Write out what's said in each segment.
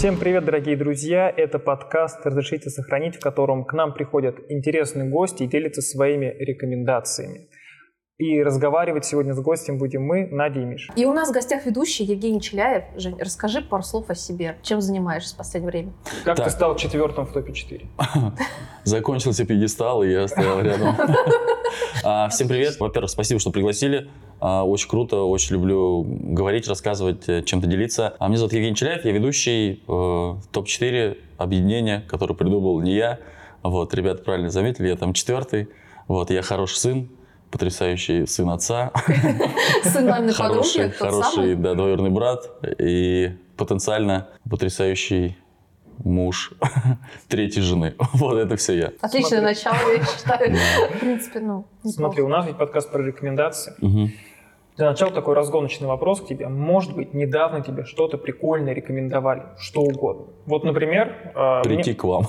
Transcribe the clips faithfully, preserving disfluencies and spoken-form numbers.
Всем привет, дорогие друзья! Это подкаст «Разрешите сохранить», в котором к нам приходят интересные гости и делятся своими рекомендациями. И разговаривать сегодня с гостем будем мы, Надя и Миша. И у нас в гостях ведущий Евгений Челяев. Жень, расскажи пару слов о себе. Чем занимаешься в последнее время? Как Так. ты стал четвертым в топе четыре? Закончился пьедестал, и я стоял рядом. А, Всем привет. Во-первых, спасибо, что пригласили. А, Очень круто, очень люблю говорить, рассказывать, э, чем-то делиться. А Меня зовут Евгений Челяев, я ведущий э, топ четыре объединения, который придумал не я. Вот, ребята правильно заметили, я там четвертый. Вот, я хороший сын, потрясающий сын отца. Сын маминой подруги, Хороший, тот хороший, самый? да, двоюродный брат и потенциально потрясающий муж третьей жены. Вот это все я. Отличное Смотри. начало, я считаю. В принципе, ну, Смотри, у неплохо. нас ведь подкаст про рекомендации. Мгм. Для начала такой разгоночный вопрос к тебе. Может быть, недавно тебе что-то прикольное рекомендовали? Что угодно. Вот, например... э, Прийти мне- к вам.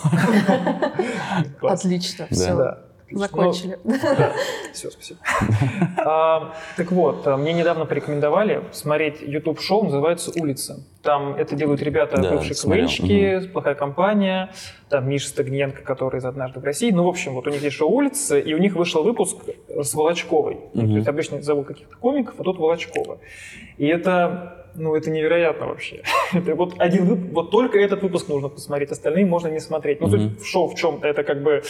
Класс. Отлично, Да. все, Да. закончили. Да, все, спасибо. А, так вот, а, мне недавно порекомендовали смотреть YouTube-шоу, называется «Улица». Там это делают ребята, Да, бывшие смотрел. КВНщики, плохая компания, там Миша Стагниенко, который из «Однажды в России». Ну, в общем, вот у них есть шоу «Улица», и у них вышел выпуск с Волочковой. Мгм. То есть обычно зовут каких-то комиков, а тут Волочкова. И это... Ну, это невероятно вообще. Это вот один вып- вот только этот выпуск нужно посмотреть, остальные можно не смотреть. Ну, Мгм. суть в шоу в чем-то, это как бы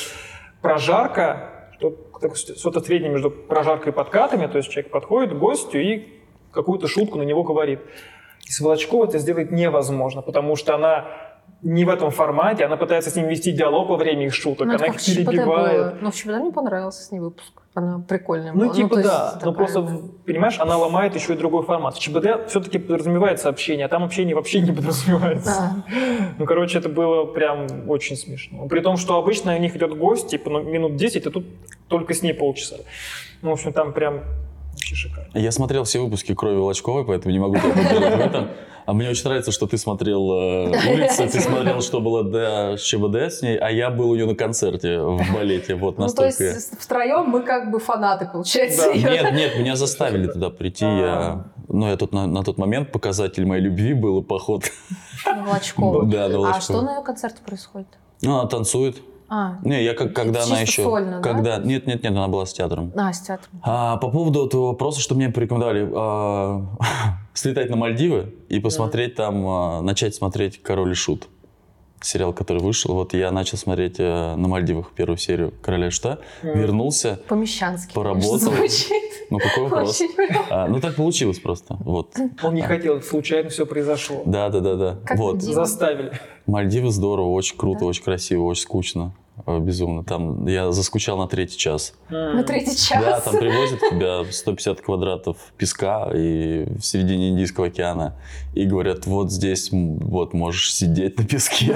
прожарка, что- так- что-то среднее между прожаркой и подкатами, то есть человек подходит к гостю и какую-то шутку на него говорит. И с Волочковой это сделать невозможно, потому что она не в этом формате, она пытается с ним вести диалог во время их шуток, Ну, это она как их в ЧПД перебивает. было. Ну, в ЧПД мне понравился с ней выпуск. Она прикольная Ну, была. типа то есть да, но такая, просто, да. понимаешь, она ломает еще и другой формат. В ЧБД все-таки подразумевается общение, а там общение вообще не подразумевается. Да. Ну, короче, это было прям очень смешно. При том, что обычно у них идет гость, типа, ну, минут десять, а тут только с ней полчаса. Ну, в общем, там прям вообще шикарно. Я смотрел все выпуски «Крови Волочковой», поэтому не могу тебя поддержать в этом. А мне очень нравится, что ты смотрел э, «Улицы», ты смотрел, что было до ЧБД с ней, а я был у нее на концерте в балете. Вот Ну, то настолько... есть втроем мы как бы фанаты, получается. Да. её. Нет, нет, меня заставили туда прийти. Я... Ну, я тут на, на тот момент показатель моей любви был поход. На Волочкову. Да, на А Волочкову. что на ее концерте происходит? Ну, она танцует. А, Не, я как, когда она Чисто еще... сольно, да? когда... Нет, нет, нет, она была с театром. а, с театром. А, по поводу твоего вопроса, что мне порекомендовали а, слетать на Мальдивы и посмотреть там, а, начать смотреть «Король и Шут». Сериал, который вышел. Вот я начал смотреть а, на Мальдивах первую серию «Короля и Шута», Мгм. вернулся. По-мещански, Поработал. конечно, звучит. Ну, какой вопрос? Очень прям. А, ну, так получилось просто. Вот. Он не хотел, случайно все произошло. Да, да, да, да. Как Вот. Дима. Заставили. Мальдивы здорово, очень круто, Да? очень красиво, очень скучно. э, Безумно. Там я заскучал на третий час. На третий час. Да, там привозят тебя сто пятьдесят квадратов песка и в середине Индийского океана. И говорят, вот здесь м, вот можешь сидеть на песке.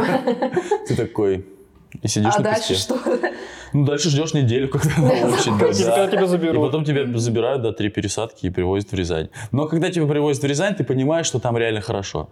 Ты такой... И сидишь А на дальше песке. что? Ну, дальше ждешь неделю, когда на очередь. Когда тебя- когда тебя И заберут. потом тебя забирают, да, три пересадки и привозят в Рязань. Но когда тебя привозят в Рязань, ты понимаешь, что там реально хорошо.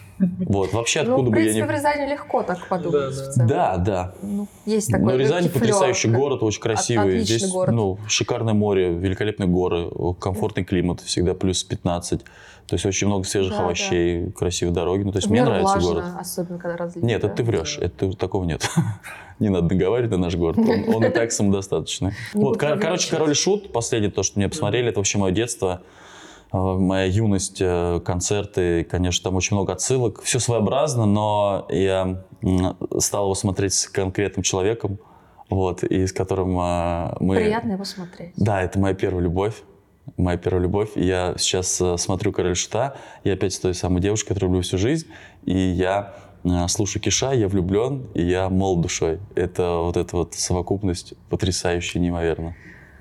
Вот, вообще Ну, откуда в бы я принципе, в не... Рязани легко так подумать. Да, да. в целом. Да, да. Ну, есть такой Но Рязань легкий потрясающий флёр. город, очень красивый. отличный Здесь город. ну, шикарное море, великолепные горы, комфортный климат, всегда плюс пятнадцать. То есть очень много свежих Да, да. овощей, красивые дороги. Ну, то есть В мне меру нравится влажно, город. особенно когда разлито. Нет, это ты врешь, это такого нет. Не надо наговаривать на наш город, он, он и так самодостаточный. Не Вот, буду кор- короче, преувеличивать. «Король и Шут», последнее то, что мне посмотрели, это вообще мое детство, э, моя юность, э, концерты, конечно, там очень много отсылок, все своеобразно, но я м, стал его смотреть с конкретным человеком, вот, и с которым э, мы... Приятно его смотреть. Да, это моя первая любовь. Моя первая любовь. И я сейчас э, смотрю «Короля и Шута», я опять с той самой девушкой, которую люблю всю жизнь, и я э, слушаю Киша, я влюблен, и я молод душой. Это вот эта вот совокупность потрясающая, неимоверно.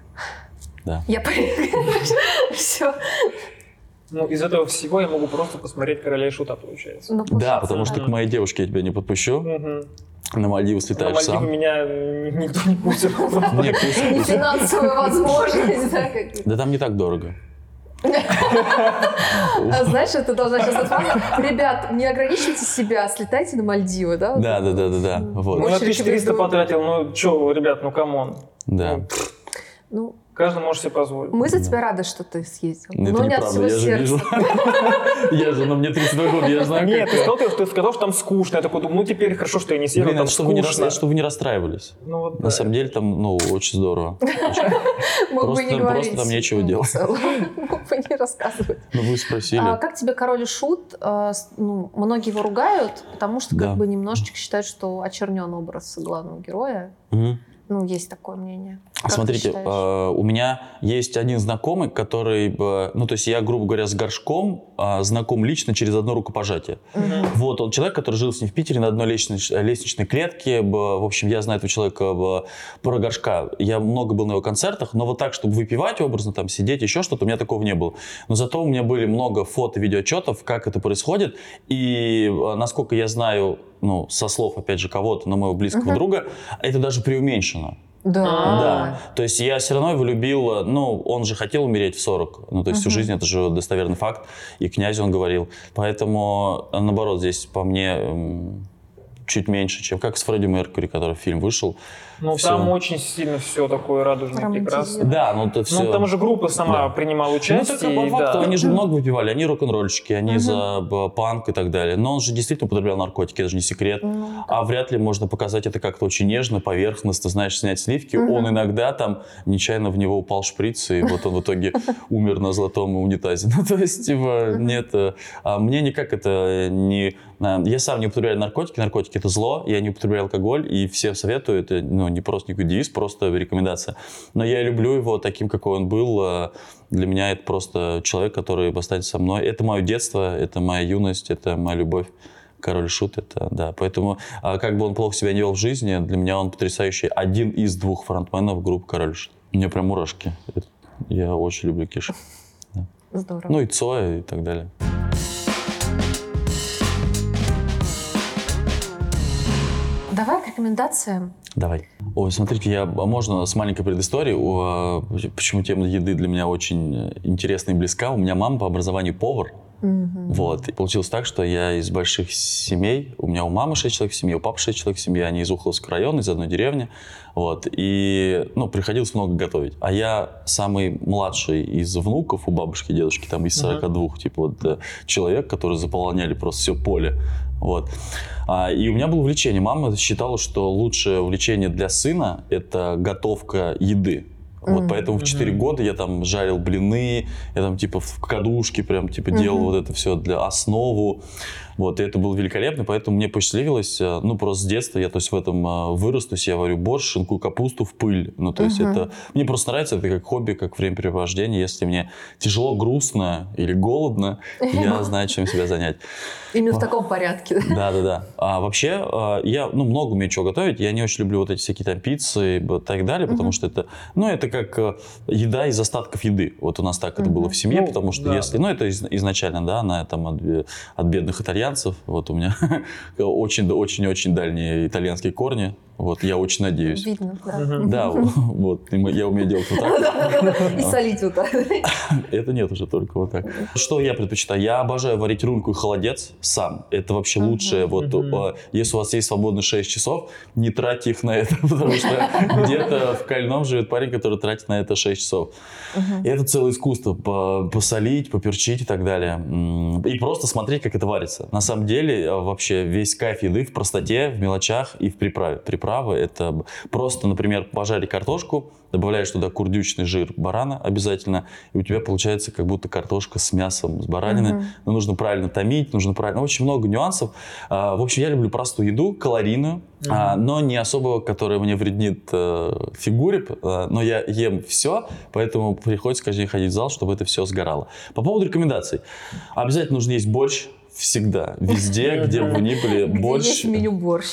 Да. Я все. Ну, из этого всего я могу просто посмотреть «Короля и Шута», получается. Ну, Да, потому что к моей девушке я тебя не подпущу. Мгм. На Мальдивы На слетаешь Мальдивы сам. меня никто не пустит. Не, пусть- Не пусть- финансовая возможность, да, как... Да там не так дорого. А знаешь, это должна сейчас отвалить. Ребят, не ограничивайте себя, слетайте на Мальдивы, да? Да, да, да, да, да. Ну, Вот. я Очень тысячу триста рекомендую. потратил, ну, что, ребят, ну, камон. Да. Ну, Ну, Каждый может себе позволить. Мы за тебя рады, что ты съездил. Ну, это Но не от неправда, всего я же вижу. сердца. Я же, ну мне тридцать два года, я знаю. Нет, как ты это. сказал, ты сказал, что там скучно. Я такой думаю, ну теперь хорошо, что я не съездил, Блин, там это чтобы вы, не скучно. рас- чтобы вы не расстраивались. Ну, вот, На да. самом деле там, ну, очень здорово. Мог бы Просто- не говорить. просто там нечего ну, делать. в целом. Мог бы не рассказывать. Ну, вы спросили. А как тебе Король и Шут? А, с- ну, многие его ругают, потому что Да. как бы немножечко считают, что очернен образ главного героя. Мгм. Ну, есть такое мнение. Как ты Смотрите, считаешь? э, у меня есть один знакомый, который, э, ну, то есть я, грубо говоря, с Горшком э, знаком лично через одно рукопожатие. Мгм. Вот, он человек, который жил с ним в Питере на одной лестнич- лестничной клетке. Б- В общем, я знаю этого человека б, про Горшка. Я много был на его концертах, но вот так, чтобы выпивать образно, там, сидеть, еще что-то, у меня такого не было. Но зато у меня были много фото, видеоотчетов, как это происходит. И, э, насколько я знаю, ну, со слов, опять же, кого-то, но моего близкого Мгм. друга, это даже преуменьшено. Да. Да, то есть я все равно его любил, ну, он же хотел умереть в сорок, ну, то есть всю Мгм. жизнь, это же достоверный факт, и князю он говорил. Поэтому, наоборот, здесь по мне м, чуть меньше, чем как с Фредди Меркьюри, который фильм вышел. Ну, Всё. там очень сильно все такое радужное, прекрасное. Романтизировано. Да, ну это все... Ну, там уже группа сама Да. принимала Ну, участие. так, по и факту, да. они же много выпивали, они рок-н-ролльщики, они Мгм. за б, панк и так далее. Но он же действительно употреблял наркотики, это же не секрет. Ну, А вряд ли можно показать это как-то очень нежно, поверхностно, знаешь, снять сливки. Мгм. Он иногда там нечаянно в него упал шприц, и вот он в итоге умер на золотом унитазе. Ну, то есть, типа, нет. а Мне никак это не... а, Я сам не употребляю наркотики, наркотики это зло, я не употребляю алкоголь, и всем советую, это ну, не просто никакой девиз, просто рекомендация. Но я люблю его таким, какой он был. а, Для меня это просто человек, который останется со мной. Это мое детство, это моя юность, это моя любовь. Король и Шут, это, да. Поэтому, а, как бы он плохо себя не вел в жизни, для меня он потрясающий. Один из двух фронтменов группы Король и Шут. У меня прям мурашки. Это- Я очень люблю Киша. здорово. Ну и Цоя и так далее. Давай к рекомендациям. Давай. Ой, смотрите, я, а можно с маленькой предысторией? О, почему тема еды для меня очень интересна и близка? У меня мама по образованию повар. Мгм. Вот. И получилось так, что я из больших семей. У меня у мамы шесть человек в семье, у папы шесть человек в семье. Они из Ухловского района, из одной деревни. Вот. И, ну, приходилось много готовить. А я самый младший из внуков у бабушки и дедушки, там из сорока двух, типа, вот, э, человек, которые заполоняли просто все поле. Вот. А, и у меня было увлечение. Мама считала, что лучшее увлечение для сына – это готовка еды. Вот Мгм. поэтому в четыре года я там жарил блины, я там типа в кадушке прям типа делал Мгм. вот это все для основу. Вот, и это было великолепно, поэтому мне посчастливилось, э, ну, просто с детства я, то есть, в этом э, вырос, то есть, я варю борщ, шинкую капусту в пыль, ну, то есть, Мгм. это, мне просто нравится, это как хобби, как времяпрепровождение, если мне тяжело, грустно или голодно, я знаю, чем себя занять. Именно в таком порядке. Да-да-да. А вообще, э, я, ну, много умею чего готовить. Я не очень люблю вот эти всякие там пиццы и вот так далее, потому Мгм. что это, ну, это как э, еда из остатков еды. Вот у нас так это Мгм. было в семье, Ну, потому что да. если, ну, это из- изначально, да, она там от, бе- от бедных итальянцев. Вот у меня очень-очень-очень дальние итальянские корни. Вот, я очень надеюсь. Видно, да. Мгм. Да, вот, и мы- я умею делать вот так. И солить вот так. Это нет уже, только вот так. Что я предпочитаю? Я обожаю варить рульку и холодец сам. Это вообще Мгм. лучшее. Вот, Мгм. э, если у вас есть свободно шесть часов, не тратьте их на это, потому что где-то в Кальном живет парень, который тратит на это шесть часов. Мгм. И это целое искусство. по- Посолить, поперчить и так далее. М, И просто смотреть, как это варится. На самом деле, э, вообще весь кайф еды в простоте, в мелочах и в приправе. Приправы — это б- просто, например, пожарить картошку, добавляешь туда курдючный жир барана обязательно, и у тебя получается как будто картошка с мясом, с баранины. Мгм. Но нужно правильно томить, нужно правильно... Очень много нюансов. А, В общем, я люблю простую еду, калорийную, а, но не особо, которая мне вреднит э, фигуре, а, но я ем все, поэтому приходится каждый день ходить в зал, чтобы это все сгорало. По поводу рекомендаций. Обязательно нужно есть борщ. Всегда. Везде, где бы вы ни были, Где борщ. есть меню борщ.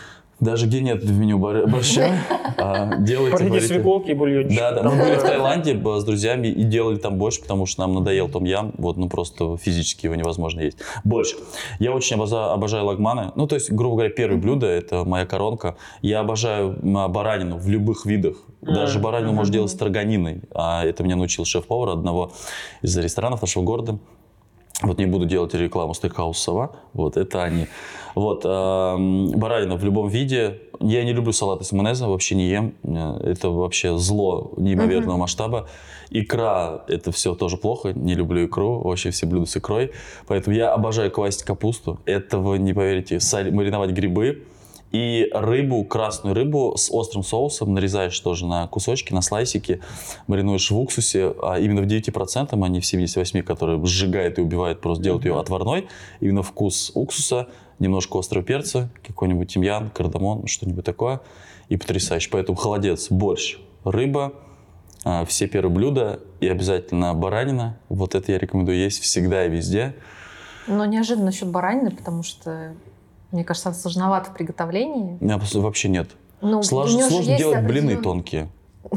Даже где нет в меню бор- борща, а, делайте, Парни варите. свеколки и бульончик. Да, да. Мы были в Таиланде б, с друзьями и делали там борщ, потому что нам надоел том-ям. Вот, ну просто физически его невозможно есть. Борщ. Я очень обожаю, обожаю лагманы. Ну, то есть, грубо говоря, первое блюдо — это моя коронка. Я обожаю м, баранину в любых видах. Даже Мгм. баранину можно делать с тарганиной. А это меня научил шеф-повар одного из ресторанов нашего города. Вот не буду делать рекламу стейкхауса «Сова». Вот, это они. Вот, э, баранина в любом виде. Я не люблю салаты с майонезом, вообще не ем. Это вообще зло неимоверного uh-huh. масштаба. Икра – это все тоже плохо. Не люблю икру, вообще все блюда с икрой. Поэтому я обожаю квасить капусту. Этого, не поверите, соль, мариновать грибы. И рыбу, красную рыбу с острым соусом нарезаешь тоже на кусочки, на слайсики, маринуешь в уксусе, а именно в девяти процентах, а не в семидесяти восьми процентах, которые сжигает и убивает, просто делают ее отварной. Именно вкус уксуса, немножко острого перца, какой-нибудь тимьян, кардамон, что-нибудь такое. И потрясающе. Поэтому холодец, борщ, рыба, все первые блюда и обязательно баранина. Вот это я рекомендую есть всегда и везде. Но неожиданно насчет баранины, потому что... Мне кажется, она сложновато в приготовлении. Нет, вообще нет. Ну, сложно сложно делать блины тонкие.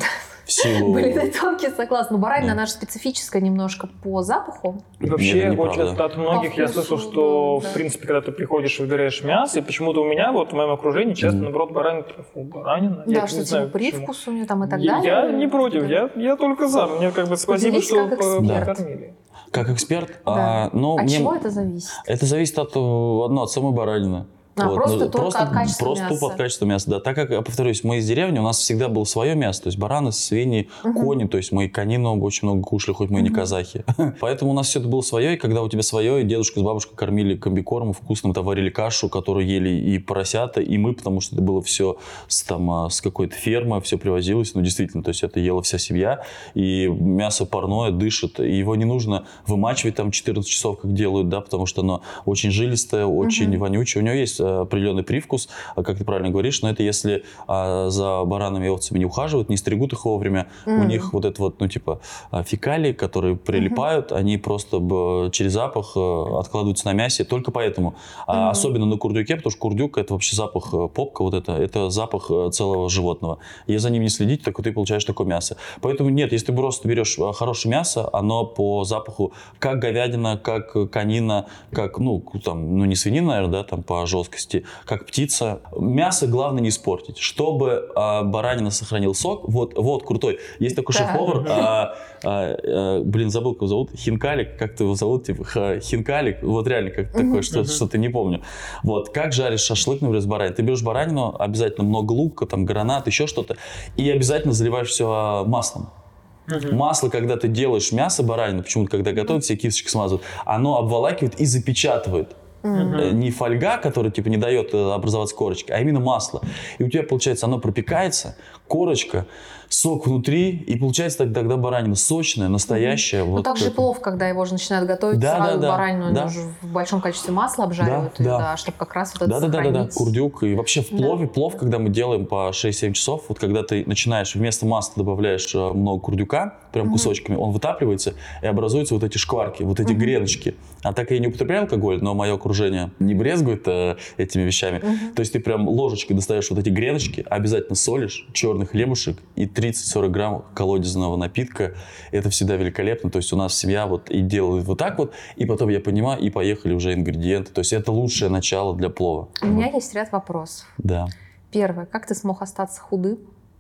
В силу... Блины тонкие, согласна. Но баранина, она же специфическая немножко по запаху. И вообще, Нет, вот от, от многих я слышал, что, да. в принципе, когда ты приходишь и выбираешь мясо, и почему-то у меня, вот в моем окружении, часто, mm. наоборот, баранина, фу, баранина. Да, я что типа привкус у нее там и так я, далее. Я не против, я, я только за. Мне как бы спасибо, Поделись что как эксперт. покормили. Как эксперт? Да. А, ну, от мне... чего это зависит? Это зависит от, одно, от самой баранины. А, вот. просто ну, только просто, от качества просто мяса. тупо от качества мяса, да. Так как, повторюсь, мы из деревни, у нас всегда было свое мясо, то есть бараны, свиньи, uh-huh. кони, то есть мы конину очень много кушали, хоть мы и uh-huh. не казахи. Поэтому у нас все это было свое, и когда у тебя свое, и дедушка с бабушкой кормили комбикормом вкусным, там варили кашу, которую ели и поросята, и мы, потому что это было все с, там, с какой-то фермы, все привозилось, ну действительно, то есть это ела вся семья, и мясо парное, дышит, и его не нужно вымачивать там четырнадцать часов, как делают, да, потому что оно очень жилистое, очень uh-huh. вонючее, у него есть определенный привкус. Вкус, как ты правильно говоришь, но это если а, за баранами и овцами не ухаживают, не стригут их вовремя, mm. у них вот это вот, ну типа фекалии, которые прилипают, mm-hmm. они просто б, через запах откладываются на мясе, только поэтому. Mm-hmm. А, особенно на курдюке, потому что курдюк это вообще запах попка, вот это, это запах целого животного. Если за ним не следить, так ты получаешь такое мясо. Поэтому нет, если ты просто берешь хорошее мясо, оно по запаху как говядина, как конина, как, ну, там, ну не свинина, наверное, да, там по жесткости, как птица. Мясо главное не испортить. Чтобы а, баранина сохранил сок, вот, вот крутой. Есть такой да. шеф-повар, а, а, а, блин, забыл, как его зовут, Хинкалик, как-то его зовут, типа ха, Хинкалик, вот реально как uh-huh. такое, что, uh-huh. что-то не помню. Вот, как жаришь шашлык, например, с бараниной. Ты берешь баранину, обязательно много лука, там, гранат, еще что-то, и обязательно заливаешь все маслом. Uh-huh. Масло, когда ты делаешь мясо баранину, почему-то, когда готовят, все кисточки смазывают, оно обволакивает и запечатывает. Uh-huh. Не фольга, которая типа не дает образоваться корочке, а именно масло. И у тебя, получается, оно пропекается, корочка, сок внутри, и получается тогда баранина сочная, настоящая. Mm-hmm. Вот ну, так же плов, когда его же начинают готовить, да, сразу да, да, баранину да. уже в большом количестве масла обжаривают, да, ее, да. Да, чтобы как раз вот это да, сохранить. Да, да, да, курдюк. И вообще в плове, да. плов, когда мы делаем по шесть-семь часов, вот когда ты начинаешь вместо масла добавляешь много курдюка, прям mm-hmm. кусочками, он вытапливается, и образуются вот эти шкварки, вот эти mm-hmm. греночки. А так я не употребляю алкоголь, но мое окружение не брезгует э, этими вещами. Mm-hmm. То есть ты прям ложечкой достаешь вот эти греночки, обязательно солишь, черный хлебушек и тридцать-сорок грамм колодезного напитка. Это всегда великолепно. То есть у нас семья вот и делает вот так вот, и потом я понимаю, и поехали уже ингредиенты. То есть это лучшее начало для плова. У меня есть ряд вопросов. Да. Первое. Как ты смог остаться худым?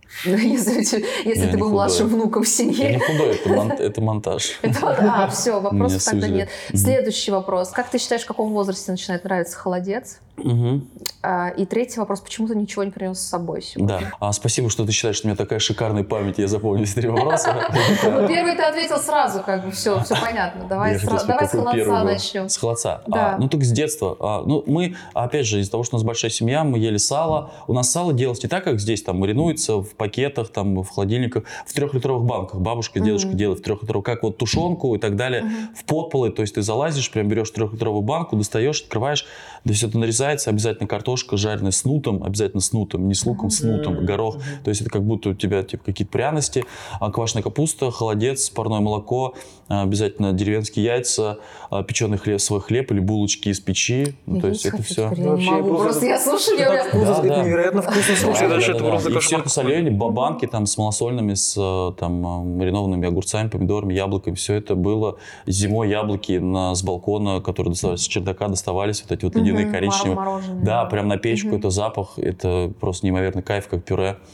Если, если ты был худой. Младшим внуком в семье. Я не худой, это, мон, это монтаж. Это, а, все, вопросов тогда сузили. нет. Следующий вопрос. Как ты считаешь, в каком возрасте начинает нравиться холодец? Угу. А, и третий вопрос. Почему ты ничего не принес с собой сегодня? Да. А, спасибо, что ты считаешь, что у меня такая шикарная память, я запомнил эти три вопроса. Ну, первый ты ответил сразу, как бы все, все понятно. Давай с холодца начнем. С холодца? Да. Ну, только с детства. Ну, мы, опять же, из-за того, что у нас большая семья, мы ели сало. У нас сало делалось не так, как здесь, там, маринуется в пакетах, там, в холодильниках, в трехлитровых банках. Бабушка, дедушка mm-hmm. делают в трехлитровых, как вот тушенку и так далее, mm-hmm. в подполы. То есть ты залазишь, прям берешь трехлитровую банку, достаешь, открываешь, да все это нарезается, обязательно картошка жареная с нутом, обязательно с нутом, не с луком, mm-hmm. с нутом, горох. Mm-hmm. То есть это как будто у тебя типа какие-то пряности, квашеная капуста, холодец, парное молоко, обязательно деревенские яйца, печеный хлеб, свой хлеб или булочки из печи. Ну, то есть это все. Я не могу, просто я слушаю, я так вкусно, да, да. невероятно вкусно слушай, да, дальше да, это да, просто да. И кошмар. все это соленье, банки там с малосольными, с там маринованными огурцами, помидорами, яблоками. Все это было зимой, яблоки на, с балкона, которые доставались, с чердака доставались, вот эти вот ледяные угу, коричневые. Мороженое. Да, прям на печку, угу. это запах, это просто неимоверный кайф, как пюре.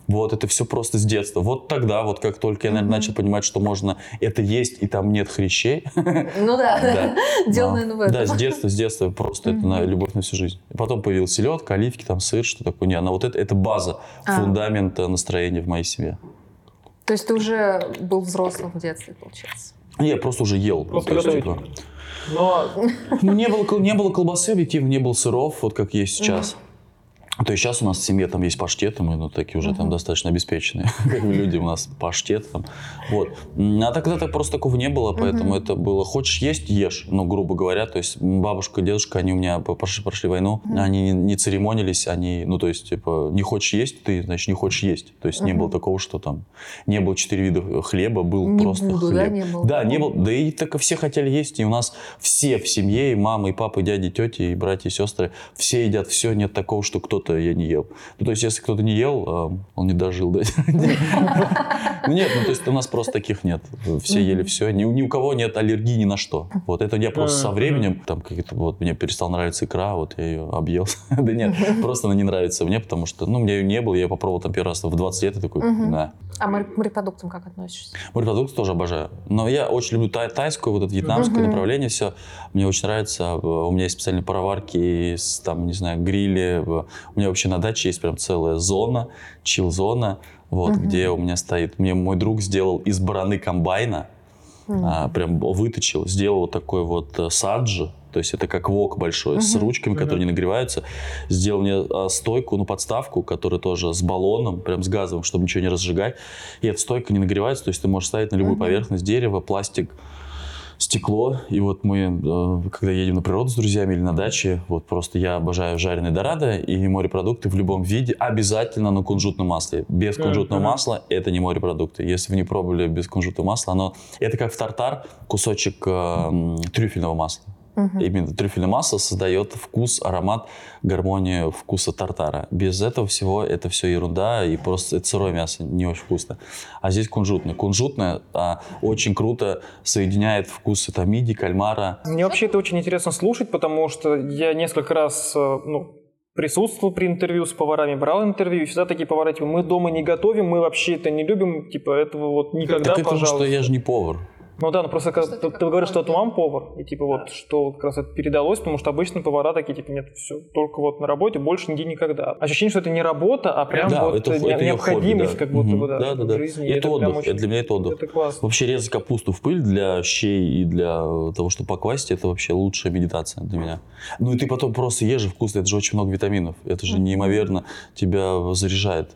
Вот это все просто с детства. Вот тогда, вот как только я, наверное, начал понимать, что можно это есть, и там нет хрящей. Ну да, дело, наверное, в этом. Да, с детства, с детства просто это на любовь на всю жизнь. И потом появилась селедка, оливки, там сыр, что такое. Не, она вот это, это база, фундамент настроения в моей семье. То есть ты уже был взрослым в детстве, получается? Я просто уже ел. Просто есть, готовить. типа, Но ну, не было, не было колбасы, объективно, не было сыров, вот как есть сейчас. То есть сейчас у нас в семье там есть паштеты, мы ну, такие уже uh-huh. там достаточно обеспеченные люди, у нас паштет там. Вот. А тогда так просто такого не было, поэтому uh-huh. это было хочешь есть, ешь, ну, грубо говоря. То есть бабушка, дедушка, они у меня прошли, прошли войну, uh-huh. они не, не церемонились, они, ну, то есть, типа, не хочешь есть, ты, значит, не хочешь есть. То есть uh-huh. не было такого, что там, не было четыре вида хлеба, был не просто буду, хлеб. Да, не было. Да, не было, да и так все хотели есть, и у нас все в семье, и мама, и папа, и дяди, и тети, и братья, и сестры, все едят все, нет такого, что кто-то я не ел. Ну, то есть, если кто-то не ел, он не дожил, да? Ну, нет, ну, то есть, у нас просто таких нет. Все ели все. Ни у кого нет аллергии ни на что. Вот это я просто со временем, там, как-то вот, мне перестала нравиться икра, вот я ее объел. Да нет, просто она не нравится мне, потому что, ну, у меня ее не было, я попробовал там первый раз в двадцать лет, и такой, да. А к морепродуктам как относишься? Морепродукты тоже обожаю. Но я очень люблю тай- тайскую, вот это вьетнамское направление, все. Мне очень нравится. У меня есть специальные пароварки, там, не знаю, грили. У меня вообще на даче есть прям целая зона, чил-зона, вот, uh-huh. где у меня стоит. Мне мой друг сделал из бараны комбайна, uh-huh. а, прям выточил, сделал вот такой вот саджи. То есть это как вок большой, uh-huh. с ручками, uh-huh. которые не нагреваются. Сделал мне а, стойку, ну, подставку, которая тоже с баллоном, прям с газовым, чтобы ничего не разжигать. И эта стойка не нагревается, то есть ты можешь ставить на любую uh-huh. поверхность, дерево, пластик, стекло. И вот мы, э, когда едем на природу с друзьями или на даче, вот просто я обожаю жареные дорадо и морепродукты в любом виде, обязательно на кунжутном масле. Без кунжутного uh-huh. масла это не морепродукты. Если вы не пробовали без кунжутного масла, оно это как в тартар кусочек э, трюфельного масла. Uh-huh. Именно трюфельное масло создает вкус, аромат, гармонию вкуса тартара. Без этого всего это все ерунда, и просто это сырое мясо, не очень вкусно. А здесь кунжутное. Кунжутное а, очень круто соединяет вкусы там мидии, кальмара. Мне вообще это очень интересно слушать, потому что я несколько раз ну, присутствовал при интервью с поварами, брал интервью, и всегда такие повара, типа, мы дома не готовим, мы вообще это не любим, типа, этого вот никогда, так пожалуйста. Потому что я же не повар. Ну да, ну просто когда ты, ты говоришь, что ты мам повар, и типа вот, что как раз это передалось, потому что обычно повара такие, типа, нет, все, только вот на работе, больше нигде никогда. Ощущение, что это не работа, а прям да, вот это, не, это необходимость, хобби, да. как будто угу. бы, да, да, да, в да. жизни. Это, это отдых, очень, это для меня это отдых. Это классно. Вообще резать капусту в пыль для щей и для того, чтобы поквасить, это вообще лучшая медитация для меня. Ну и ты потом просто ешь же вкусно, это же очень много витаминов, это же неимоверно тебя заряжает.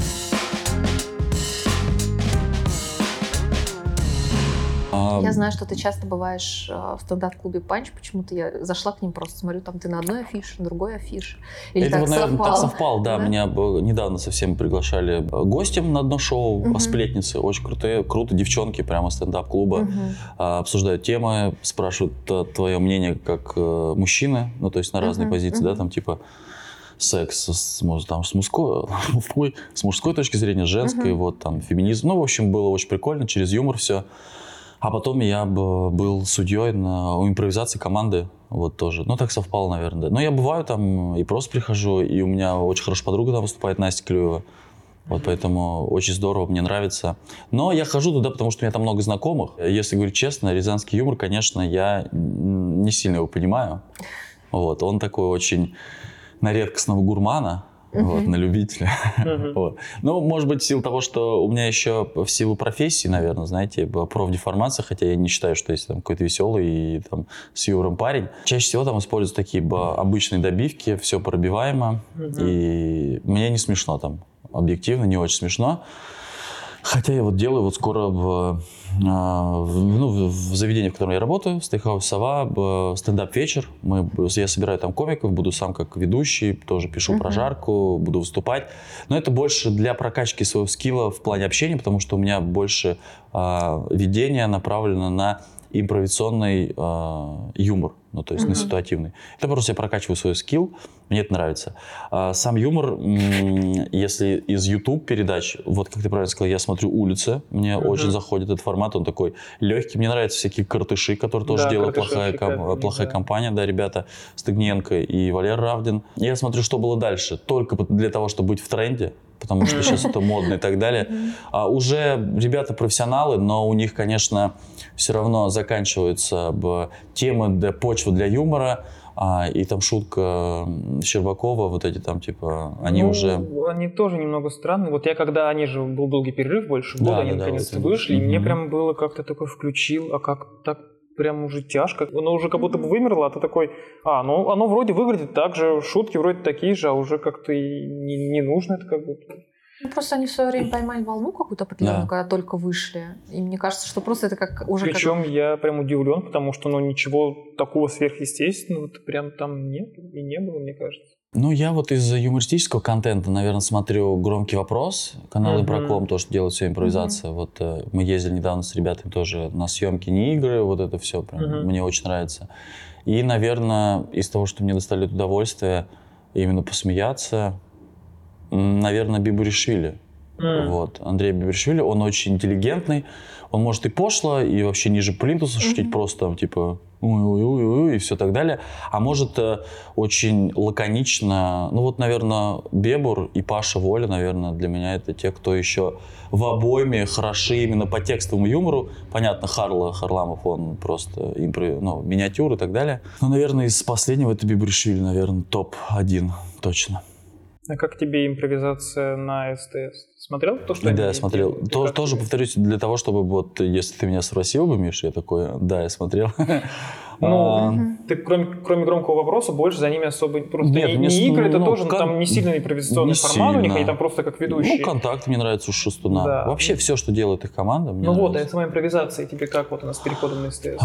Я знаю, что ты часто бываешь в стендап-клубе «Панч». Почему-то я зашла к ним просто, смотрю, там ты на одной афише, на другой афише. Или это так вот, наверное, совпало. так совпало, да. да. Меня недавно совсем приглашали гостем на одно шоу, uh-huh. сплетницы. Очень крутые, круто, девчонки прямо стендап-клуба. Uh-huh. Обсуждают темы, спрашивают твое мнение как мужчины, ну, то есть на разные uh-huh. позиции, uh-huh. да, там типа секс с, там, с, мужской, с мужской точки зрения, с женской, uh-huh. вот там феминизм. Ну, в общем, было очень прикольно, через юмор все. А потом я был судьей на импровизации команды, вот тоже. Ну, так совпало, наверное, да. Но я бываю там и просто прихожу, и у меня очень хорошая подруга там выступает, Настя Клюева. Вот поэтому очень здорово, мне нравится. Но я хожу туда, потому что у меня там много знакомых. Если говорить честно, рязанский юмор, конечно, я не сильно его понимаю. Вот, он такой очень на редкостного гурмана. Uh-huh. Вот, на любителя. Uh-huh. Вот. Ну, может быть, в силу того, что у меня еще в силу профессии, наверное, знаете, профдеформация, хотя я не считаю, что есть там какой-то веселый и там с юмором парень. Чаще всего там используются такие обычные добивки, все пробиваемо, uh-huh. и мне не смешно там, объективно, не очень смешно. Хотя я вот делаю вот скоро в, в, ну, в заведении, в котором я работаю, в Steakhouse Сова, стендап-вечер. Мы, я собираю там комиков, буду сам как ведущий, тоже пишу uh-huh. прожарку, буду выступать. Но это больше для прокачки своего скилла в плане общения, потому что у меня больше а, ведение направлено на импровизационный э, юмор, ну, то есть uh-huh. на ситуативный. Это просто я прокачиваю свой скилл, мне это нравится. А сам юмор, м- если из YouTube передач, вот как ты правильно сказал, я смотрю «Улицы», мне uh-huh. очень заходит этот формат, он такой легкий, мне нравятся всякие «Картыши», которые тоже да, делают плохая, ком- плохая да. компания, да, ребята, Стыгненко и Валер Равдин. Я смотрю, что было дальше, только для того, чтобы быть в тренде. потому что сейчас это модно и так далее. А уже ребята профессионалы, но у них, конечно, все равно заканчиваются темы, для почвы для юмора, а, и там шутка Щербакова, вот эти там, типа, они ну, уже... Они тоже немного странные. Вот я, когда они же, был долгий перерыв, больше года, да, они да, наконец-то да, вышли, и мне прям было как-то такой включил, а как так прям уже тяжко. Оно уже как будто бы вымерло, а ты такой, а, ну оно вроде выглядит так же, шутки вроде такие же, а уже как-то и не, не нужно это как будто. Ну, просто они в свое время поймали волну какую-то определенную, да. когда только вышли. И мне кажется, что просто это как уже... Причем как... я прям удивлен, потому что ну, ничего такого сверхъестественного прям там нет и не было, мне кажется. Ну, я вот из юмористического контента, наверное, смотрю «Громкий вопрос», канал Импроком, то, что делает все импровизация. Mm-hmm. Вот э, мы ездили недавно с ребятами тоже на съемки, не игры, вот это все прям mm-hmm. мне очень нравится. И, наверное, из того, что мне доставляет удовольствие, именно посмеяться, наверное, Бибуришвили. Mm. Вот. Андрей Бибуришвили, он очень интеллигентный, он может и пошло, и вообще ниже плинтуса шутить, mm-hmm. просто там, типа, ой-ой-ой, и все так далее. А может э, очень лаконично, ну вот, наверное, Бебур и Паша Воля, наверное, для меня это те, кто еще в обойме хороши именно по текстовому юмору. Понятно, Харла, Харламов, он просто импро... ну, миниатюр и так далее. Но, наверное, из последнего это Бибуришвили, наверное, топ один точно. А как тебе импровизация на СТС? Смотрел то, что Да, я смотрел. То, тоже, тебе? Повторюсь, для того, чтобы вот, если ты меня спросил бы, Миш, я такой, да, я смотрел. Ну, ты кроме, кроме громкого вопроса больше за ними особо... Просто Нет, не, не, не игры, это ну, тоже, кон... там не сильно импровизационный не формат сильно. У них, они там просто как ведущие. Ну, «Контакт» мне нравится у Шестуна. Да. Вообще все, что делает их команда, мне Ну нравится. вот, а сама импровизация тебе как вот она с переходом на СТС?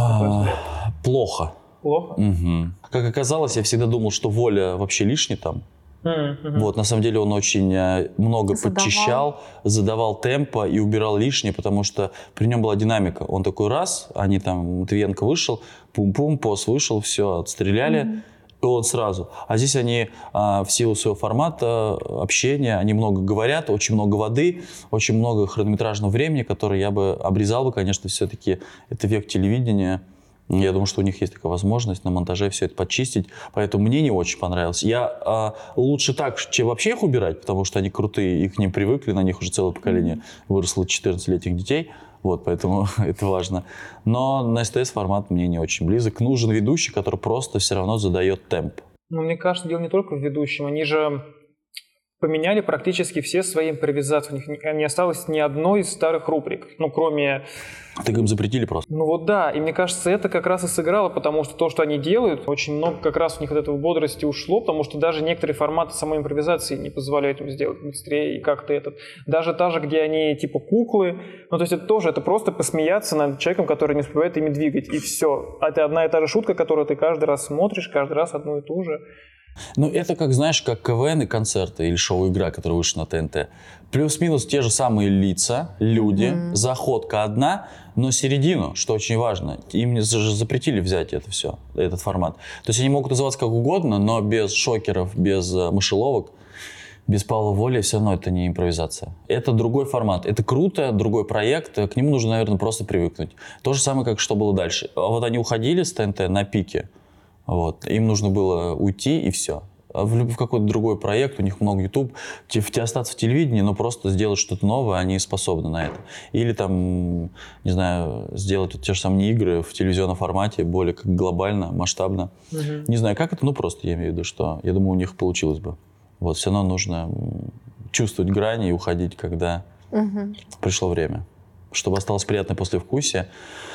Плохо. Плохо? Угу. Как оказалось, я всегда думал, что Воля вообще лишний там. Mm-hmm. Вот, на самом деле он очень много задавал. подчищал, задавал темпо и убирал лишнее, потому что при нем была динамика. Он такой раз, они там, Матвиенко вышел, пум-пум, пос вышел, все, отстреляли, mm-hmm. и он сразу. А здесь они в силу своего формата общения, они много говорят, очень много воды, очень много хронометражного времени, которое я бы обрезал бы, конечно, все-таки это век телевидения. Я думаю, что у них есть такая возможность на монтаже все это подчистить, поэтому мне не очень понравилось. Я а, лучше так, чем вообще их убирать, потому что они крутые, и к ним привыкли, на них уже целое поколение выросло четырнадцатилетних детей, вот, поэтому это важно. Но на СТС формат мне не очень близок. Нужен ведущий, который просто все равно задает темп. Ну, мне кажется, дело не только в ведущем, они же поменяли практически все свои импровизации. У них не осталось ни одной из старых рубрик, ну, кроме... Так им запретили просто. Ну вот да, и мне кажется, это как раз и сыграло, потому что то, что они делают, очень много как раз у них от этого бодрости ушло, потому что даже некоторые форматы самой импровизации не позволяют им сделать быстрее и как-то этот. Даже та же, где они типа куклы, ну то есть это тоже, это просто посмеяться над человеком, который не успевает ими двигать, и все. Это одна и та же шутка, которую ты каждый раз смотришь, каждый раз одну и ту же. Ну, это как, знаешь, как КВН и концерты или шоу-игра, которая вышла на ТНТ. Плюс-минус те же самые лица, люди, mm-hmm. заходка одна, но середину, что очень важно, им же запретили взять это все, этот формат. То есть они могут называться как угодно, но без шокеров, без э, мышеловок, без Павла Воли все равно это не импровизация. Это другой формат. Это круто, другой проект, к нему нужно, наверное, просто привыкнуть. То же самое, как что было дальше. А вот они уходили с ТНТ на пике. Вот. Им нужно было уйти, и все. А в, в какой-то другой проект, у них много YouTube, в, остаться в телевидении, но просто сделать что-то новое, они способны на это. Или там, не знаю, сделать вот те же самые игры в телевизионном формате, более как глобально, масштабно. Угу. Не знаю, как это, ну просто я имею в виду, что я думаю, у них получилось бы. Вот, все равно нужно чувствовать грани и уходить, когда угу. пришло время. Чтобы осталось приятное послевкусие,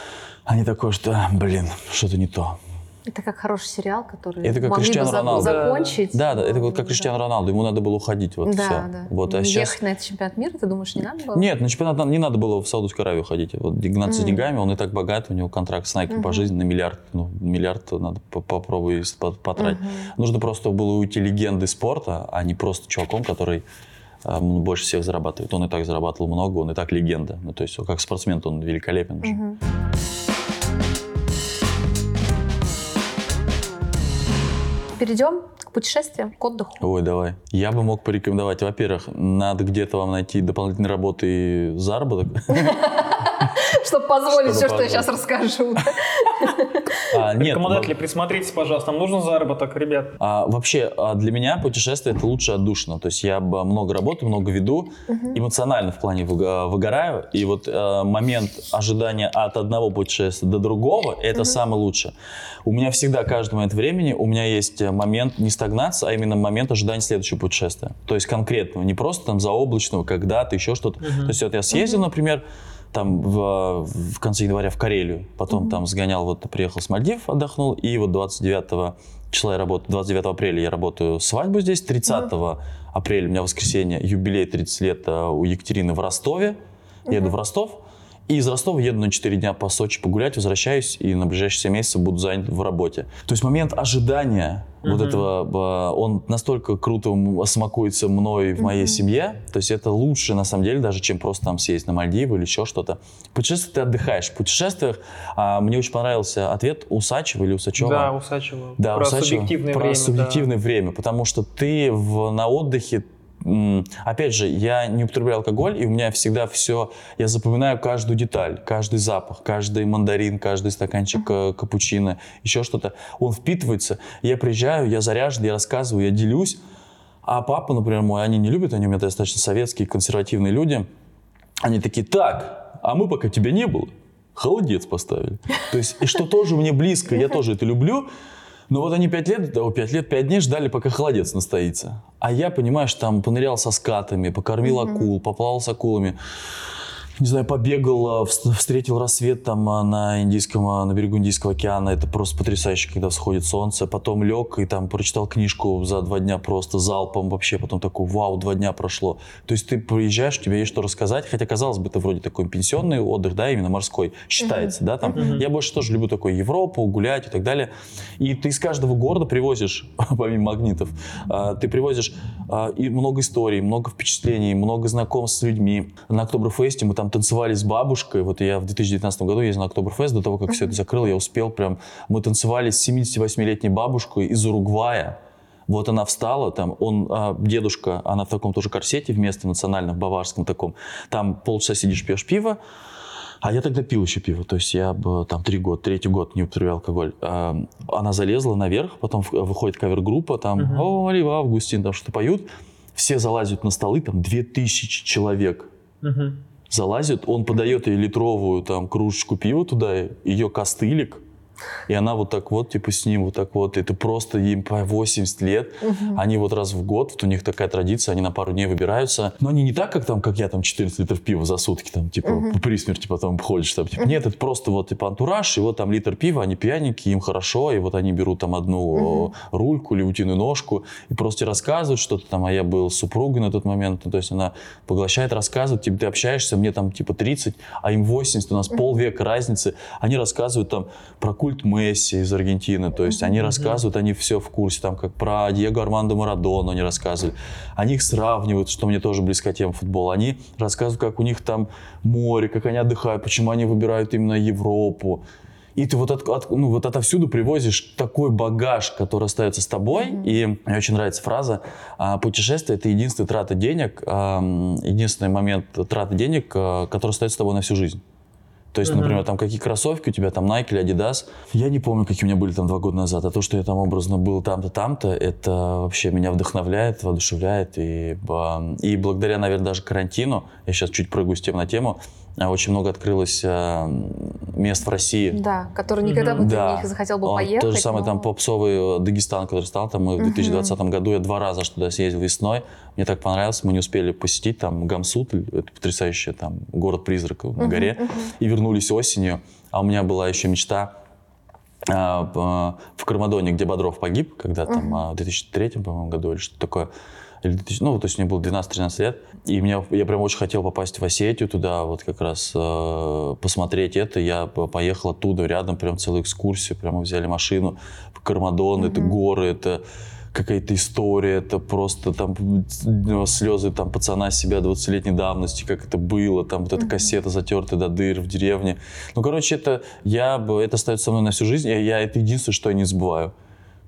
а не такое, что, блин, что-то не то. Это как хороший сериал, который это как могли Криштиану бы Роналду. закончить. Да, да, это вот как Криштиану да. Роналду, ему надо было уходить, вот да, все. Да. Вот, а Ехать сейчас... на этот чемпионат мира, ты думаешь, не надо было? Нет, на чемпионат не надо было в Саудовскую Аравию ходить. Вот, гнаться mm. деньгами, он и так богат, у него контракт с Nike mm-hmm. по жизни на миллиард. Ну, миллиард надо попробовать потратить. Mm-hmm. Нужно просто было уйти легендой спорта, а не просто чуваком, который э, больше всех зарабатывает. Он и так зарабатывал много, он и так легенда. Ну, то есть как спортсмен он великолепен уже. Mm-hmm. Перейдем к путешествиям, к отдыху. Ой, давай. Я бы мог порекомендовать, во-первых, надо где-то вам найти дополнительные работы и заработок. Чтобы позволить все, что я сейчас расскажу. А, нет, Рекомендатели, присмотритесь, пожалуйста, нам нужен заработок, ребят. А, вообще, а для меня путешествие – это лучше отдушина. То есть я много работаю, много веду, uh-huh. эмоционально в плане выгораю. И вот э, момент ожидания от одного путешествия до другого – это uh-huh. самое лучшее. У меня всегда, каждый момент времени, у меня есть момент не стагнации, а именно момент ожидания следующего путешествия. То есть конкретного, не просто там заоблачного, когда-то, еще что-то. Uh-huh. То есть вот я съездил, uh-huh. например, там в, в конце января в Карелию, потом mm-hmm. там сгонял, вот приехал с Мальдив, отдохнул, и вот двадцать девятого числа я работаю, двадцать девятого апреля я работаю свадьбу здесь, тридцатого mm-hmm. апреля у меня воскресенье, юбилей тридцать лет у Екатерины в Ростове, mm-hmm. еду в Ростов, и из Ростова еду на четыре дня по Сочи погулять, возвращаюсь, и на ближайшие семь месяцев буду занят в работе. То есть момент ожидания mm-hmm. вот этого, он настолько круто смакуется мной в моей mm-hmm. семье, то есть это лучше на самом деле, даже чем просто там съездить на Мальдивы или еще что-то. В путешествиях ты отдыхаешь. В путешествиях а, мне очень понравился ответ Усачева или Усачева. Да, Усачева. Да, про Усачева. субъективное про время. Про субъективное да. время, потому что ты в, на отдыхе. Опять же, я не употребляю алкоголь, и у меня всегда все... Я запоминаю каждую деталь, каждый запах, каждый мандарин, каждый стаканчик uh-huh. капучино, еще что-то. Он впитывается. Я приезжаю, я заряжен, я рассказываю, я делюсь. А папа, например, мой, они не любят, они у меня достаточно советские, консервативные люди. Они такие: так, а мы пока тебя не было, холодец поставили. То есть, и что тоже мне близко, я тоже это люблю. Но вот они пять лет, о, пять лет, пять дней ждали, пока холодец настоится. А я, понимаешь, там понырял со скатами, покормил mm-hmm. акул, поплавал с акулами. Не знаю, побегал, встретил рассвет там на Индийском, на берегу Индийского океана. Это просто потрясающе, когда всходит солнце. Потом лег и там прочитал книжку за два дня просто залпом вообще. Потом такой: вау, два дня прошло. То есть ты приезжаешь, у тебя есть что рассказать. Хотя, казалось бы, это вроде такой пенсионный отдых, да, именно морской считается, uh-huh. да, там. Uh-huh. Я больше тоже люблю такой Европу, гулять и так далее. И ты из каждого города привозишь, помимо магнитов, ты привозишь и много историй, много впечатлений, много знакомств с людьми. На Октоберфесте мы там танцевали с бабушкой. Вот я в две тысячи девятнадцатом году ездил на Октоберфест. До того, как uh-huh. все это закрыл, я успел прям... Мы танцевали с семидесятивосьмилетней бабушкой из Уругвая. Вот она встала, там, он, а, дедушка, она в таком тоже корсете вместо национальном, баварском таком. Там полчаса сидишь, пьешь пиво. А я тогда пил еще пиво. То есть я там три года, третий год не употреблял алкоголь. А, она залезла наверх, потом выходит кавер-группа, там, uh-huh. о, Олива, Августин, там что-то поют. Все залазят на столы, там две тысячи человек. Uh-huh. Залазит, он подает ей литровую там кружечку пива туда, ее костылик, и она вот так вот, типа с ним вот так вот, это просто им по восемьдесят лет, угу. они вот раз в год, вот у них такая традиция, они на пару дней выбираются, но они не так, как там, как я, там четырнадцать литров пива за сутки, там, типа, угу. при смерти потом ходишь, там, типа, нет, это просто вот, типа, антураж, и вот там литр пива, они пьяненькие, им хорошо, и вот они берут там одну угу. рульку или утиную ножку, и просто рассказывают что-то там, а я был с супругой на тот момент, ну, то есть она поглощает, рассказывает, типа, ты общаешься, мне там, типа, тридцать, а им восемьдесят, у нас угу. полвека разницы, они рассказывают там про культ Месси из Аргентины, то есть mm-hmm. они рассказывают, они все в курсе, там как про Диего Армандо Марадону они рассказывают, они их сравнивают, что мне тоже близка тема футбола, они рассказывают, как у них там море, как они отдыхают, почему они выбирают именно Европу. И ты вот, от, от, ну, вот отовсюду привозишь такой багаж, который остается с тобой. Mm-hmm. И мне очень нравится фраза: путешествие — это единственная трата денег, единственный момент траты денег, который остается с тобой на всю жизнь. То есть, uh-huh. например, там какие кроссовки у тебя, там Nike или Adidas. Я не помню, какие у меня были там два года назад. А то, что я там образно был там-то, там-то, это вообще меня вдохновляет, воодушевляет. И, и благодаря, наверное, даже карантину, я сейчас чуть прыгаю с темы на тему, очень много открылось мест в России. Да, которые никогда бы да. ты не захотел бы поехать. То же самое но... там попсовый Дагестан, который стал там. Мы в две тысячи двадцатом году, я два раза аж туда съездил весной. Мне так понравилось, мы не успели посетить там Гамсут, это потрясающий там город-призрак на горе. Uh-huh, uh-huh. И вернулись осенью. А у меня была еще мечта а, в Кармадоне, где Бодров погиб, когда там uh-huh. в две тысячи третьем, по-моему, году или что-то такое. Ну, то есть мне было двенадцать-тринадцать лет, и меня, я прям очень хотел попасть в Осетию туда, вот как раз э, посмотреть это. Я поехал оттуда, рядом прям целую экскурсию, прямо взяли машину в Кармадон, mm-hmm. это горы, это какая-то история, это просто там слезы там пацана себя двадцатилетней давности, как это было, там вот эта mm-hmm. кассета затертая до дыр в деревне. Ну, короче, это, я, это остается со мной на всю жизнь, и я, это единственное, что я не забываю.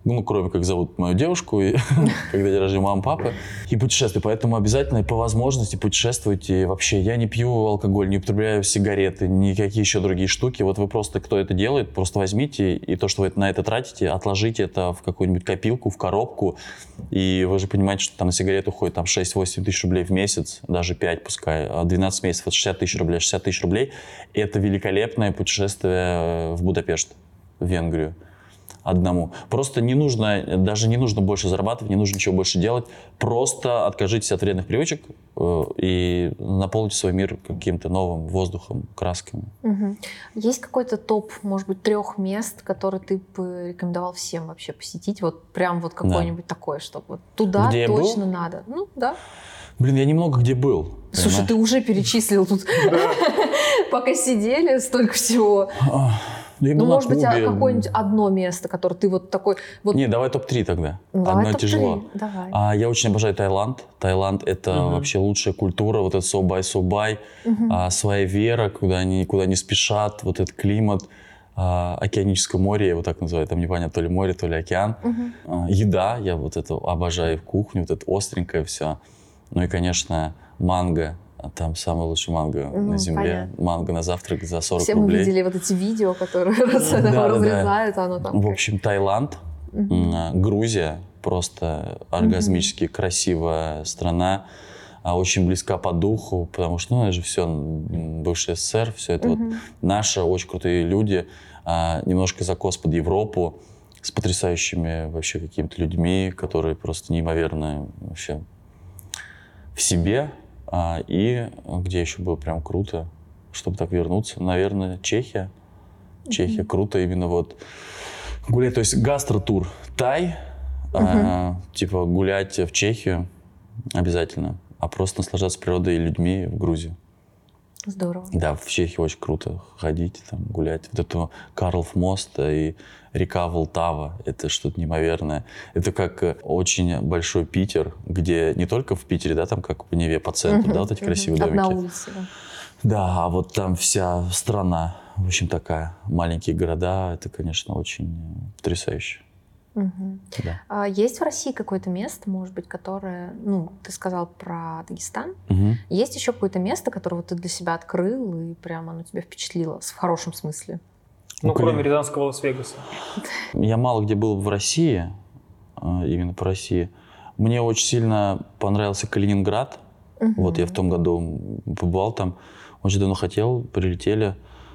Ну, кроме как зовут мою девушку, и когда день рождения мамы, папы, и путешествую. Поэтому обязательно по возможности путешествуйте. Вообще, я не пью алкоголь, не употребляю сигареты, никакие еще другие штуки. Вот вы просто, кто это делает, просто возьмите, и то, что вы на это тратите, отложите это в какую-нибудь копилку, в коробку. И вы же понимаете, что там на сигарету уходит там шесть-восемь тысяч рублей в месяц, даже пять пускай, двенадцать месяцев, это шестьдесят тысяч рублей, шестьдесят тысяч рублей. Это великолепное путешествие в Будапешт, в Венгрию. Одному. Просто не нужно, даже не нужно больше зарабатывать, не нужно ничего больше делать. Просто откажитесь от вредных привычек э, и наполните свой мир каким-то новым воздухом, красками. Угу. Есть какой-то топ, может быть, трех мест, которые ты бы рекомендовал всем вообще посетить? Вот прям вот какое-нибудь да. такое, чтобы вот туда где точно надо. Ну, да. Блин, я немного где был. Слушай, понимаешь? Ты уже перечислил тут, пока сидели, столько всего. Я ну, может быть, какое-нибудь одно место, которое ты вот такой... Вот... Не, давай топ три тогда. Давай Одно тяжело. Давай. А, я очень обожаю Таиланд. Таиланд — это угу. вообще лучшая культура. Вот это собай-собай, угу. а, своя вера, куда они, куда они спешат, вот этот климат. А, океаническое море, я его так называю. Там непонятно, то ли море, то ли океан. Угу. А, еда, я вот это обожаю, кухню, вот это остренькое все. Ну и, конечно, манго. Там самый лучший манго ну, на земле. Понятно. Манго на завтрак за сорок Все рублей. Все мы видели вот эти видео, которые да, разрезают. Да. Оно там в общем, Таиланд, угу. Грузия. Просто оргазмически угу. красивая страна. Очень близка по духу, потому что ну, это же все бывший СССР. Все это угу. вот наши очень крутые люди. Немножко закос под Европу. С потрясающими вообще какими-то людьми, которые просто неимоверно вообще в себе. А, и где еще было прям круто, чтобы так вернуться? Наверное, Чехия. Чехия mm-hmm. круто именно вот гулять. То есть гастротур Тай, mm-hmm. а, типа гулять в Чехию обязательно, а просто наслаждаться природой и людьми в Грузии. Здорово. Да, в Чехии очень круто ходить, там, гулять. Вот это Карлов мост и река Волтава — это что-то неимоверное. Это как очень большой Питер, где не только в Питере, да, там как по Неве, по центру, uh-huh, да, вот эти uh-huh. красивые домики. Одна улица, да. Да, а вот там вся страна, в общем, такая, маленькие города, это, конечно, очень потрясающе. Угу. Да. А есть в России какое-то место, может быть, которое, ну, ты сказал про Дагестан, угу. есть еще какое-то место, которое ты для себя открыл и прямо оно тебя впечатлило, в хорошем смысле? Ну, кроме okay. рязанского Лас-Вегаса. Я мало где был в России, именно по России. Мне очень сильно понравился Калининград. Угу. Вот я в том году побывал там, очень давно хотел, прилетели.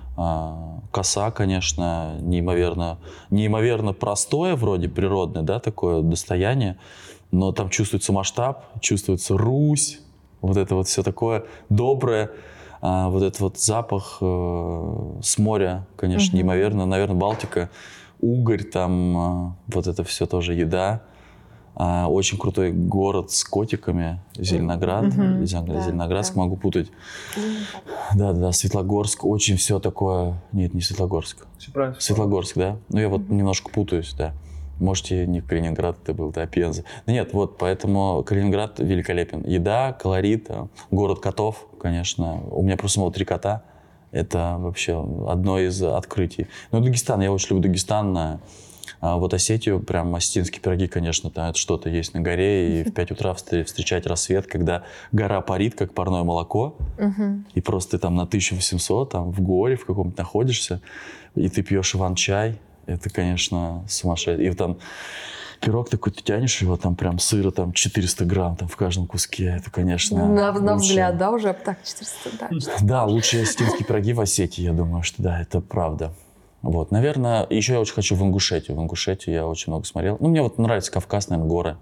Коса, конечно, неимоверно, неимоверно простое, вроде природное, да, такое достояние, но там чувствуется масштаб, чувствуется Русь, вот это вот все такое доброе, а, вот этот вот запах э, с моря, конечно, uh-huh. неимоверно, наверное, Балтика, угорь, там э, вот это все тоже еда. А, очень крутой город с котиками, Зеленоград, mm-hmm. Зеленоград, да, Зеленоградск, да. могу путать. Mm-hmm. Да, да, Светлогорск, очень все такое, нет, не Светлогорск. Все правильно. Светлогорск, да, ну я вот mm-hmm. немножко путаюсь, да. Можете не Калининград это был, да, Пенза. Но нет, вот, поэтому Калининград великолепен. Еда, колорит, город котов, конечно. У меня просто было три кота, это вообще одно из открытий. Ну, Дагестан, я очень люблю Дагестан. А вот Осетию, прям осетинские пироги, конечно, там это что-то есть на горе, и в пять утра встречать рассвет, когда гора парит, как парное молоко, uh-huh. и просто ты там на тысяча восемьсот, там в горе в каком-то находишься, и ты пьешь иван-чай, это, конечно, сумасшедшее. И там пирог такой, ты тянешь его, там прям сыра, там четыреста грамм там в каждом куске, это, конечно, На, лучше... на взгляд, да, уже так, четыреста, да. четыреста. Да, лучшие осетинские пироги в Осетии, я думаю, что да, это правда. Вот, наверное, еще я очень хочу в Ингушетию. В Ингушетию я очень много смотрел. Ну, мне вот нравится Кавказ, наверное, горы.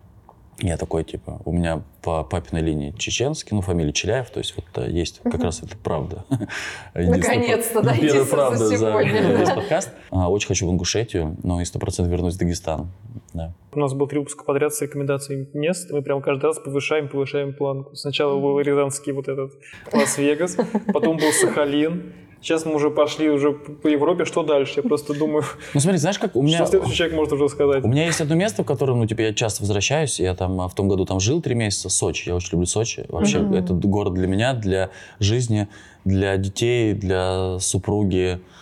Я такой, типа, у меня по папиной линии чеченский, ну, фамилия Челяев, то есть вот есть как раз это правда. Наконец-то, да, первая правда за весь подкаст. Очень хочу в Ингушетию, но и сто процентов вернусь в Дагестан. У нас был три выпуска подряд с рекомендациями мест, мы прям каждый раз повышаем, повышаем планку. Сначала был рязанский вот этот Лас-Вегас, потом был Сахалин. Сейчас мы уже пошли уже по Европе, что дальше? Я просто думаю... Ну смотри, знаешь, как у меня... Что следующий человек может уже сказать? У меня есть одно место, в котором, ну, типа, я часто возвращаюсь. Я там в том году там жил три месяца. Сочи. Я очень люблю Сочи. Вообще, mm-hmm. этот город для меня, для жизни, для детей, для супруги.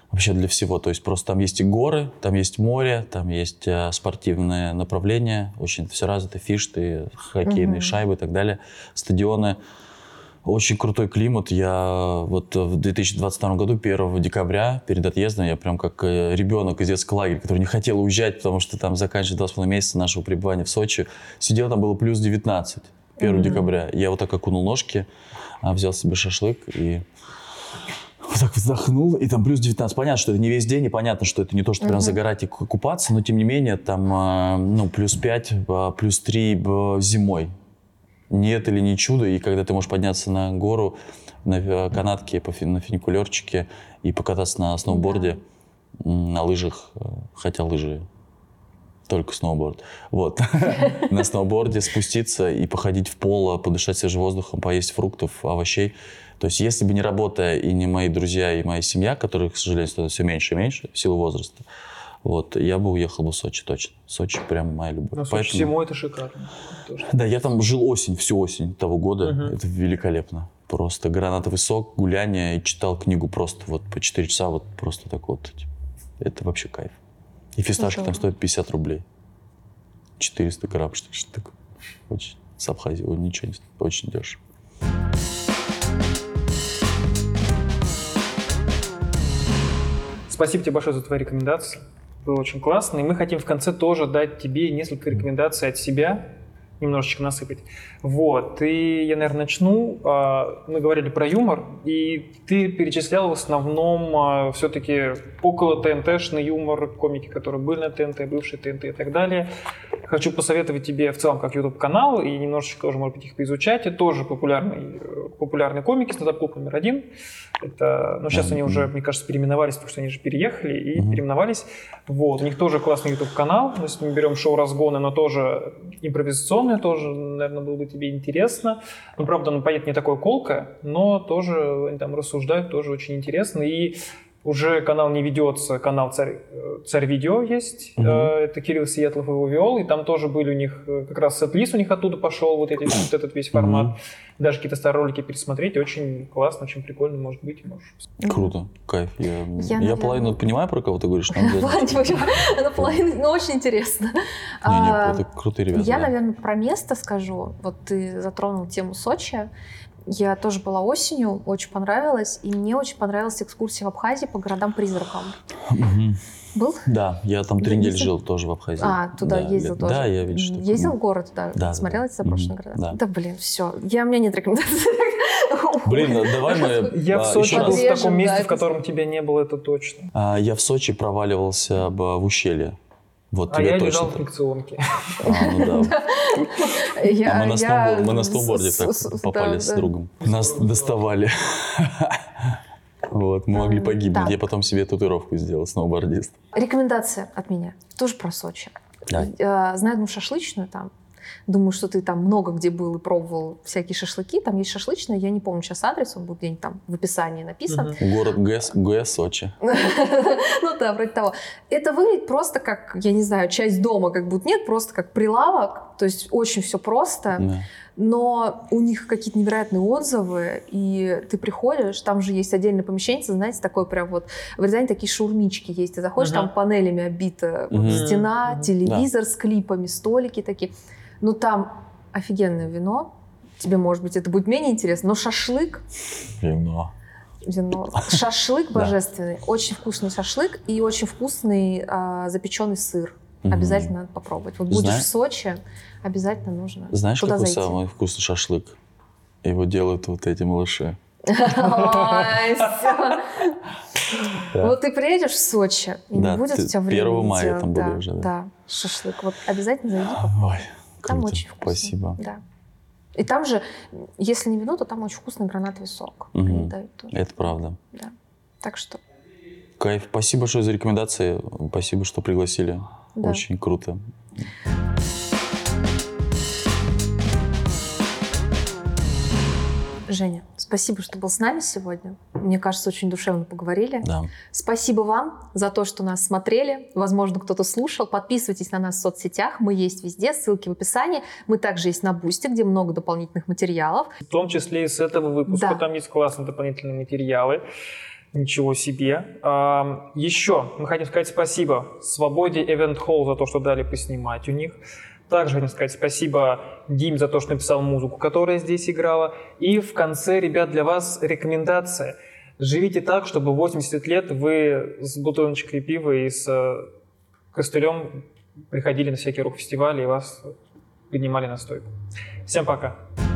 вообще для всего. То есть просто там есть и горы, там есть море, там есть э, спортивное направление, очень все развито, фишты, хоккейные mm-hmm. шайбы и так далее, стадионы. Очень крутой климат. Я вот в две тысячи двадцать втором году, первого декабря, перед отъездом, я прям как ребенок из детского лагеря, который не хотел уезжать, потому что там заканчивается два с половиной месяца нашего пребывания в Сочи. Сидел, там было плюс девятнадцать, первого mm-hmm. декабря. Я вот так окунул ножки, взял себе шашлык и вот так вздохнул, и там плюс девятнадцать. Понятно, что это не весь день, и понятно, что это не то, что прям mm-hmm. загорать и купаться, но тем не менее там ну, плюс пять, плюс три зимой. Нет или не чудо, и когда ты можешь подняться на гору на канатке, на фуникулерчике и покататься на сноуборде, да. на лыжах, хотя лыжи только сноуборд, вот, на сноуборде спуститься и походить в поло, подышать свежим воздухом, поесть фруктов, овощей. То есть если бы не работа и не мои друзья и моя семья, которых, к сожалению, становится все меньше и меньше в силу возраста, вот, я бы уехал бы в Сочи точно. Сочи прям моя любовь. Но Сочи зимой это шикарно. Тоже. Да, я там жил осень, всю осень того года. Uh-huh. Это великолепно. Просто гранатовый сок, гуляние и читал книгу просто вот по четыре часа, вот просто так вот. Это вообще кайф. И фисташки там стоят пятьдесят рублей. четыреста грамм, что ли, такое. Очень. С Абхазии, ничего не стоит. Очень дешево. Спасибо тебе большое за твои рекомендации. Было очень классно. И мы хотим в конце тоже дать тебе несколько рекомендаций от себя, немножечко насыпать. Вот. И я, наверное, начну. Мы говорили про юмор, и ты перечислял в основном все-таки около ТНТ-шный юмор, комики, которые были на ТНТ, бывшие ТНТ и так далее. Хочу посоветовать тебе в целом как YouTube-канал и немножечко тоже, может быть, их поизучать. Это тоже популярный, популярный комики, стендап-клуб номер один. Это, ну, сейчас mm-hmm. они уже, мне кажется, переименовались, потому что они же переехали и mm-hmm. переименовались. Вот. У них тоже классный YouTube-канал. Если мы берем шоу «Разгоны», но тоже импровизационное, тоже, наверное, было бы тебе интересно. Ну, правда, ну, понятно, не такое колкое, но тоже они там рассуждают, тоже очень интересно. И уже канал не ведется, канал «Царь, Царь Видео» есть. Mm-hmm. Это Кирилл Сиетлов его вел, и там тоже были у них, как раз сет-лист у них оттуда пошел, вот, эти, вот этот весь формат. Mm-hmm. Даже какие-то старые ролики пересмотреть, очень классно, очень прикольно, может быть. Можешь... Круто, кайф. Я, я, я половину понимаю, про кого ты говоришь, но это половина, но очень интересно. Это крутые ребята. Я, наверное, про место скажу. Вот ты затронул тему Сочи. Я тоже была осенью, очень понравилось. И мне очень понравилась экскурсия в Абхазии по городам-призракам. Угу. Был? Да, я там три недели жил тоже в Абхазии. А, туда да, ездил лет. тоже? Да, я видел, что... Ездил в город, да? Да. Смотрела эти заброшенные угу. города? Да. Да, блин, все. Я, у меня нет рекомендаций. Блин, давай мы... Я в Сочи был в таком месте, в котором тебя не было, это точно. Я в Сочи проваливался в ущелье. Вот а я точно лежал в фрикционке. А, ну да. Я, а мы, на я... сноуборде, мы на сноуборде так попали да, с другом. Да. Нас доставали. Вот, мы могли погибнуть. Да. Я потом себе татуировку сделал, сноубордист. Рекомендация от меня. Тоже про Сочи. Да. Знаю одну шашлычную там. Думаю, что ты там много где был и пробовал всякие шашлыки. Там есть шашлычная, я не помню сейчас адрес, он будет где-нибудь там в описании написан. Uh-huh. Город Г, Г Сочи. Ну да, вроде того. Это выглядит просто как, я не знаю, часть дома как будто нет, просто как прилавок. То есть очень все просто. Но у них какие-то невероятные отзывы, и ты приходишь, там же есть отдельное помещение, знаете, такое прям вот, в Рязани такие шаурмички есть, ты заходишь, uh-huh. там панелями обита uh-huh. стена, uh-huh. телевизор uh-huh. с клипами, столики такие. Ну там офигенное вино, тебе, может быть, это будет менее интересно, но шашлык... Вино. Вино. Шашлык божественный, очень вкусный шашлык и очень вкусный а, запеченный сыр. Mm-hmm. Обязательно надо попробовать. Вот будешь Знаешь, в Сочи, обязательно нужно Знаешь, туда какой зайти. самый вкусный шашлык? Его делают вот эти малыши. Ой, все. Вот ты приедешь в Сочи, и не будет у тебя времени. первого мая там буду уже. Да, шашлык. Вот обязательно зайди. Там очень вкусно. Спасибо. Да. И там же, если не вино, то там очень вкусный гранатовый сок. Угу. Они дают тоже. Это правда. Да. Так что. Кайф. Спасибо большое за рекомендации. Спасибо, что пригласили. Да. Очень круто. Женя, спасибо, что был с нами сегодня. Мне кажется, очень душевно поговорили. Да. Спасибо вам за то, что нас смотрели. Возможно, кто-то слушал. Подписывайтесь на нас в соцсетях. Мы есть везде. Ссылки в описании. Мы также есть на Бусти, где много дополнительных материалов. В том числе и с этого выпуска. Да. Там есть классные дополнительные материалы. Ничего себе. А, еще мы хотим сказать спасибо Свободе Event Hall за то, что дали поснимать у них. Также хотим сказать спасибо Дим за то, что написал музыку, которая здесь играла. И в конце, ребят, для вас рекомендация. Живите так, чтобы в восемьдесят лет вы с бутылочкой пива и с костылем приходили на всякие рок-фестивали и вас поднимали на стойку. Всем пока.